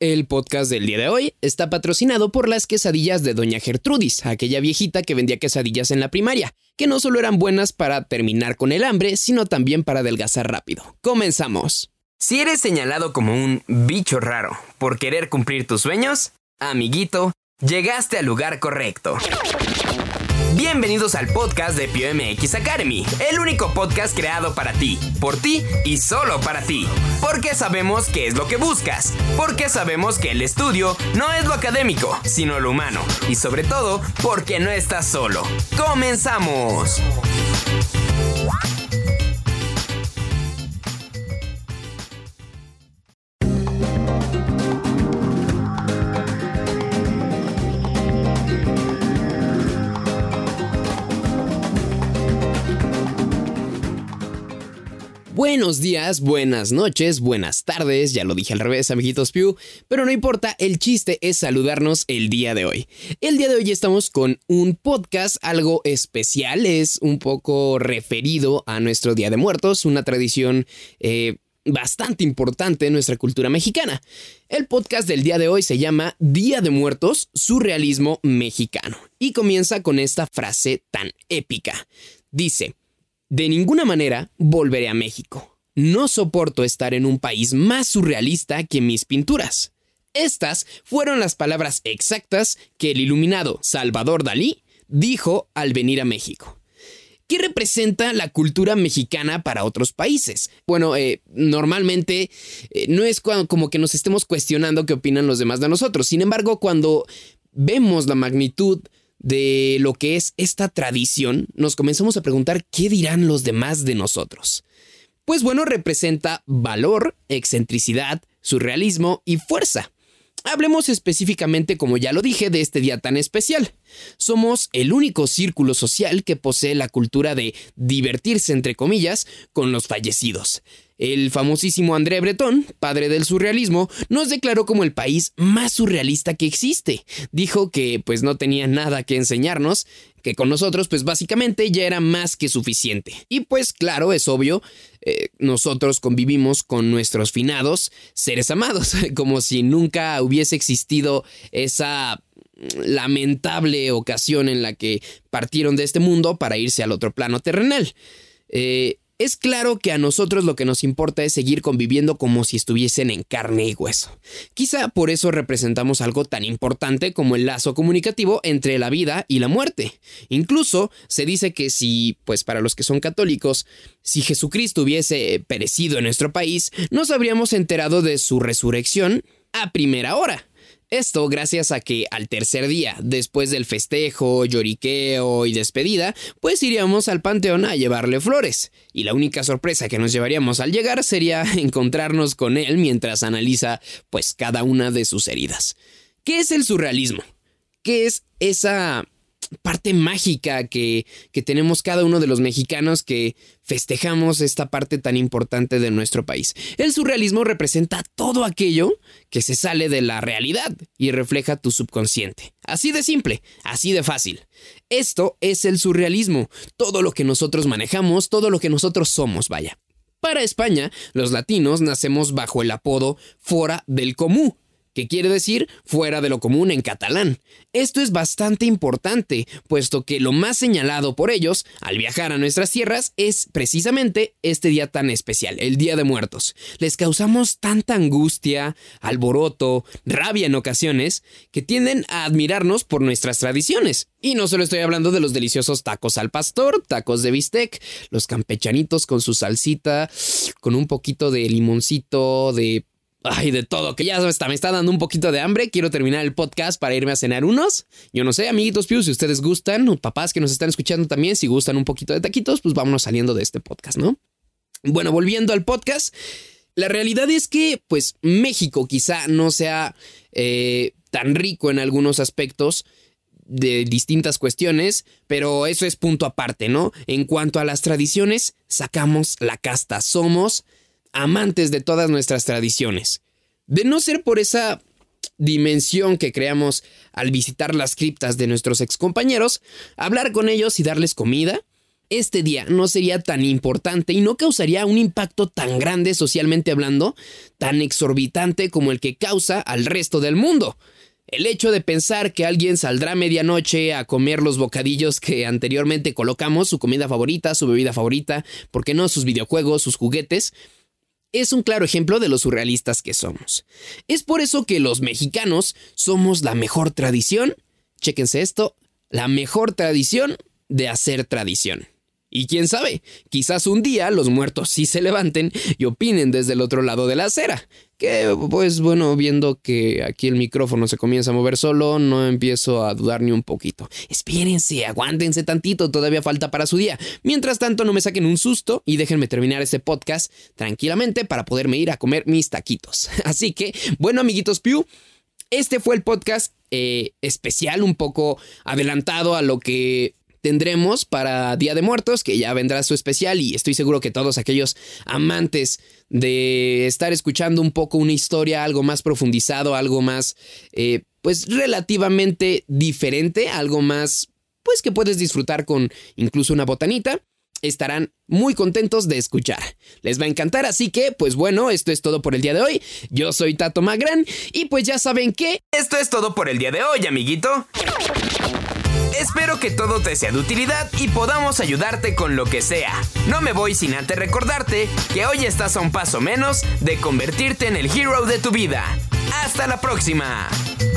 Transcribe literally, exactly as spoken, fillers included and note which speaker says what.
Speaker 1: El podcast del día de hoy está patrocinado por las quesadillas de Doña Gertrudis, aquella viejita que vendía quesadillas en la primaria, que no solo eran buenas para terminar con el hambre, sino también para adelgazar rápido. ¡Comenzamos! Si eres señalado como un bicho raro por querer cumplir tus sueños, amiguito, llegaste al lugar correcto. Bienvenidos al podcast de Pío M X Academy, el único podcast creado para ti, por ti y solo para ti. Porque sabemos qué es lo que buscas, porque sabemos que el estudio no es lo académico, sino lo humano. Y sobre todo, porque no estás solo. ¡Comenzamos! Buenos días, buenas noches, buenas tardes, ya lo dije al revés, amiguitos Pew, pero no importa, el chiste es saludarnos el día de hoy. El día de hoy estamos con un podcast algo especial, es un poco referido a nuestro Día de Muertos, una tradición eh, bastante importante en nuestra cultura mexicana. El podcast del día de hoy se llama Día de Muertos, surrealismo mexicano, y comienza con esta frase tan épica. Dice: de ninguna manera volveré a México. No soporto estar en un país más surrealista que mis pinturas. Estas fueron las palabras exactas que el iluminado Salvador Dalí dijo al venir a México. ¿Qué representa la cultura mexicana para otros países? Bueno, eh, normalmente eh, no es cu- como que nos estemos cuestionando qué opinan los demás de nosotros. Sin embargo, cuando vemos la magnitud de lo que es esta tradición, nos comenzamos a preguntar qué dirán los demás de nosotros. Pues bueno, representa valor, excentricidad, surrealismo y fuerza. Hablemos específicamente, como ya lo dije, de este día tan especial. Somos el único círculo social que posee la cultura de divertirse, entre comillas, con los fallecidos. El famosísimo André Breton, padre del surrealismo, nos declaró como el país más surrealista que existe. Dijo que pues no tenía nada que enseñarnos, que con nosotros pues básicamente ya era más que suficiente. Y pues claro, es obvio, eh, nosotros convivimos con nuestros finados seres amados, como si nunca hubiese existido esa lamentable ocasión en la que partieron de este mundo para irse al otro plano terrenal. Eh... Es claro que a nosotros lo que nos importa es seguir conviviendo como si estuviesen en carne y hueso. Quizá por eso representamos algo tan importante como el lazo comunicativo entre la vida y la muerte. Incluso se dice que si, pues para los que son católicos, si Jesucristo hubiese perecido en nuestro país, nos habríamos enterado de su resurrección a primera hora. Esto gracias a que al tercer día, después del festejo, lloriqueo y despedida, pues iríamos al panteón a llevarle flores. Y la única sorpresa que nos llevaríamos al llegar sería encontrarnos con él mientras analiza pues cada una de sus heridas. ¿Qué es el surrealismo? ¿Qué es esa parte mágica que, que tenemos cada uno de los mexicanos que festejamos esta parte tan importante de nuestro país? El surrealismo representa todo aquello que se sale de la realidad y refleja tu subconsciente. Así de simple, así de fácil. Esto es el surrealismo, todo lo que nosotros manejamos, todo lo que nosotros somos, vaya. Para España, los latinos nacemos bajo el apodo fora del comú, que quiere decir fuera de lo común en catalán. Esto es bastante importante, puesto que lo más señalado por ellos al viajar a nuestras tierras es precisamente este día tan especial, el Día de Muertos. Les causamos tanta angustia, alboroto, rabia en ocasiones, que tienden a admirarnos por nuestras tradiciones. Y no solo estoy hablando de los deliciosos tacos al pastor, tacos de bistec, los campechanitos con su salsita, con un poquito de limoncito, de... Ay, de todo, que ya hasta me está dando un poquito de hambre. Quiero terminar el podcast para irme a cenar unos. Yo no sé, amiguitos Pew, si ustedes gustan, o papás que nos están escuchando también, si gustan un poquito de taquitos, pues vámonos saliendo de este podcast, ¿no? Bueno, volviendo al podcast, la realidad es que, pues, México quizá no sea eh, tan rico en algunos aspectos de distintas cuestiones, pero eso es punto aparte, ¿no? En cuanto a las tradiciones, sacamos la casta, somos amantes de todas nuestras tradiciones. De no ser por esa dimensión que creamos al visitar las criptas de nuestros excompañeros, hablar con ellos y darles comida, este día no sería tan importante y no causaría un impacto tan grande socialmente hablando, tan exorbitante como el que causa al resto del mundo. El hecho de pensar que alguien saldrá a medianoche a comer los bocadillos que anteriormente colocamos, su comida favorita, su bebida favorita, ¿por qué no sus videojuegos, sus juguetes?, es un claro ejemplo de lo surrealistas que somos. Es por eso que los mexicanos somos la mejor tradición, chéquense esto, la mejor tradición de hacer tradición. Y quién sabe, quizás un día los muertos sí se levanten y opinen desde el otro lado de la acera. Que, pues bueno, viendo que aquí el micrófono se comienza a mover solo, no empiezo a dudar ni un poquito. Espérense, aguántense tantito, todavía falta para su día. Mientras tanto, no me saquen un susto y déjenme terminar este podcast tranquilamente para poderme ir a comer mis taquitos. Así que, bueno, amiguitos Pew, este fue el podcast eh, especial, un poco adelantado a lo que tendremos para Día de Muertos, que ya vendrá su especial, y estoy seguro que todos aquellos amantes de estar escuchando un poco una historia, algo más profundizado, algo más, eh, pues relativamente diferente, algo más, pues que puedes disfrutar con incluso una botanita, estarán muy contentos de escuchar. Les va a encantar, así que, pues bueno, esto es todo por el día de hoy. Yo soy Tato Magrán, y pues ya saben que esto es todo por el día de hoy, amiguito. Espero que todo te sea de utilidad y podamos ayudarte con lo que sea. No me voy sin antes recordarte que hoy estás a un paso menos de convertirte en el hero de tu vida. ¡Hasta la próxima!